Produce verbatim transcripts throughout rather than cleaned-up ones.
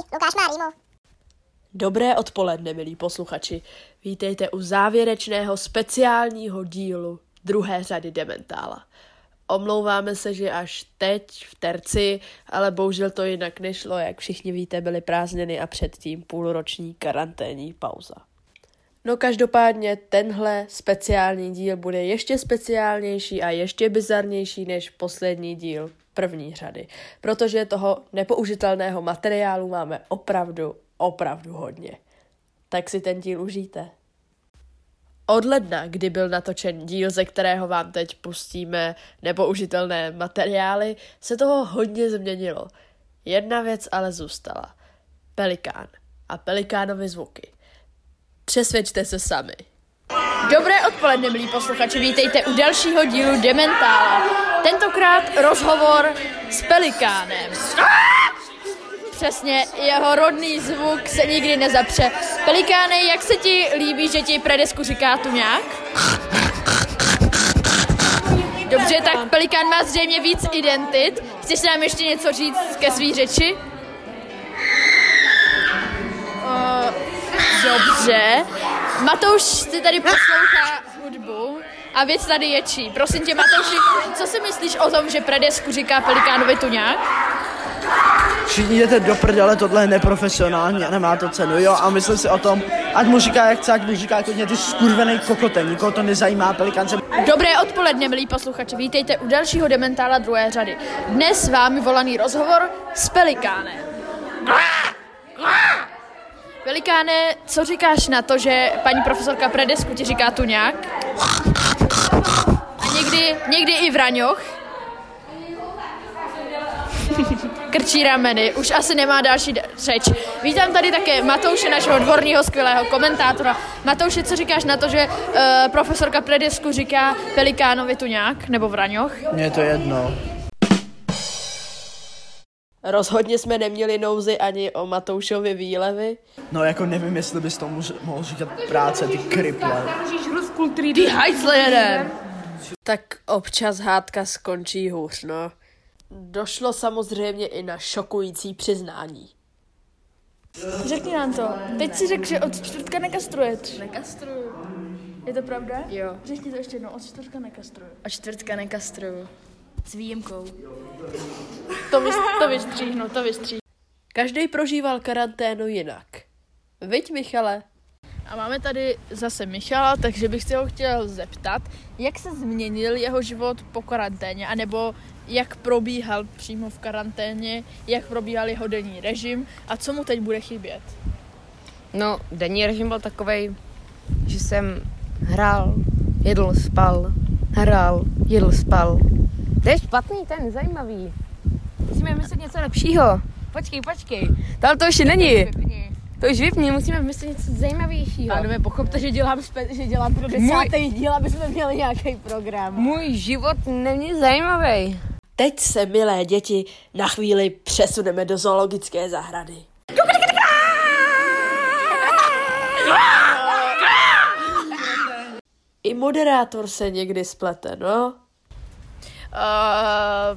Lukáš má rýmu. Dobré odpoledne, milí posluchači. Vítejte u závěrečného speciálního dílu druhé řady Dementála. Omlouváme se, že až teď v terci, ale bohužel to jinak nešlo, jak všichni víte, byly prázdniny a předtím půlroční karanténní pauza. No každopádně tenhle speciální díl bude ještě speciálnější a ještě bizarnější než poslední díl první řady, protože toho nepoužitelného materiálu máme opravdu, opravdu hodně. Tak si ten díl užijte. Od ledna, kdy byl natočen díl, ze kterého vám teď pustíme nepoužitelné materiály, se toho hodně změnilo. Jedna věc ale zůstala. Pelikán a pelikánovy zvuky. Přesvědčte se sami. Dobré odpoledne, milí posluchači, vítejte u dalšího dílu Dementála. Tentokrát rozhovor s pelikánem. Přesně, jeho rodný zvuk se nikdy nezapře. Pelikáne, jak se ti líbí, že ti Predesku říká tuňák? Dobře, tak pelikán má zřejmě víc identit. Chceš nám ještě něco říct ke svý řeči? Uh, dobře. Matouš si tady poslouchá hudbu a věc tady ječí. Prosím tě, Matouši, co si myslíš o tom, že Predesku říká pelikánovi tuňák? Všichni jdete do prdele, tohle je neprofesionální a nemá to cenu, jo, a myslím si o tom, ať mu říká jak chce, ať mu říká klidně ty skurvenej kokote, nikoho to nezajímá, pelikán se... Dobré odpoledne, milí posluchači, vítejte u dalšího Dementála druhé řady. Dnes s vámi volaný rozhovor s pelikánem. Pelikáne, co říkáš na to, že paní profesorka Predesku ti říká tuňák? A někdy, někdy i vraňoch? Krčí rameny, už asi nemá další řeč. Vítám tady také Matouše, našeho dvorního skvělého komentátora. Matouše, co říkáš na to, že uh, profesorka Predesku říká pelikánovi tuňák nebo vraňoch? Mně je to jedno. Rozhodně jsme neměli nouzi ani o Matoušovi výlevy. No jako nevím, jestli bys tomu mohl říkat práce, ty kriple. Ty hajzle jeden! Tak občas hádka skončí hůř, no. Došlo samozřejmě i na šokující přiznání. Řekni nám to. Teď si řekl, že od čtvrtka nekastruješ. Nekastruju. Je to pravda? Jo. Řekni to ještě jednou, od čtvrtka nekastruju. Od čtvrtka nekastruju. S výjimkou. To, vys, to vystříhnu, to vystříhnu. Každý prožíval karanténu jinak. Viď, Michale? A máme tady zase Michala, takže bych se ho chtěl zeptat, jak se změnil jeho život po karanténě, anebo jak probíhal přímo v karanténě, jak probíhal jeho denní režim a co mu teď bude chybět. No, denní režim byl takovej, že jsem hrál, jedl, spal, hrál, jedl, spal. To je špatný, ten zajímavý. Musíme vymyslet něco lepšího. Počkej, počkej. Tam to ještě není. To už vypni, musíme vymyslet něco zajímavějšího. Pánové, pochopte, že dělám, spe- že dělám pro desátý Můj... díl, aby jsme měli nějaký program. Můj život není zajímavý. Teď se, milé děti, na chvíli přesuneme do zoologické zahrady. I moderátor se někdy splete, no? Uh...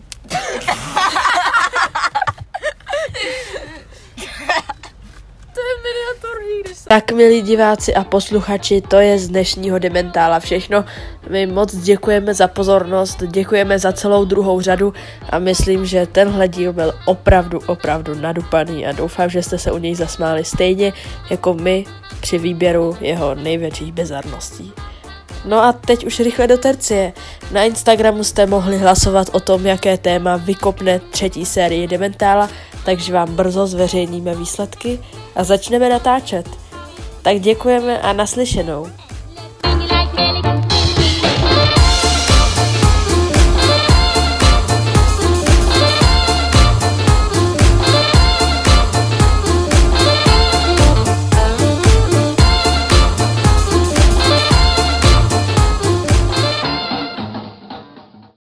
To je miniaturní, když se... Tak, milí diváci a posluchači, to je z dnešního Dementála všechno. My moc děkujeme za pozornost, děkujeme za celou druhou řadu a myslím, že tenhle díl byl opravdu, opravdu nadupaný a doufám, že jste se u něj zasmáli stejně jako my při výběru jeho největších bizarností. No a teď už rychle do tercie. Na Instagramu jste mohli hlasovat o tom, jaké téma vykopne třetí sérii Dementála, takže vám brzo zveřejníme výsledky a začneme natáčet. Tak děkujeme a naslyšenou.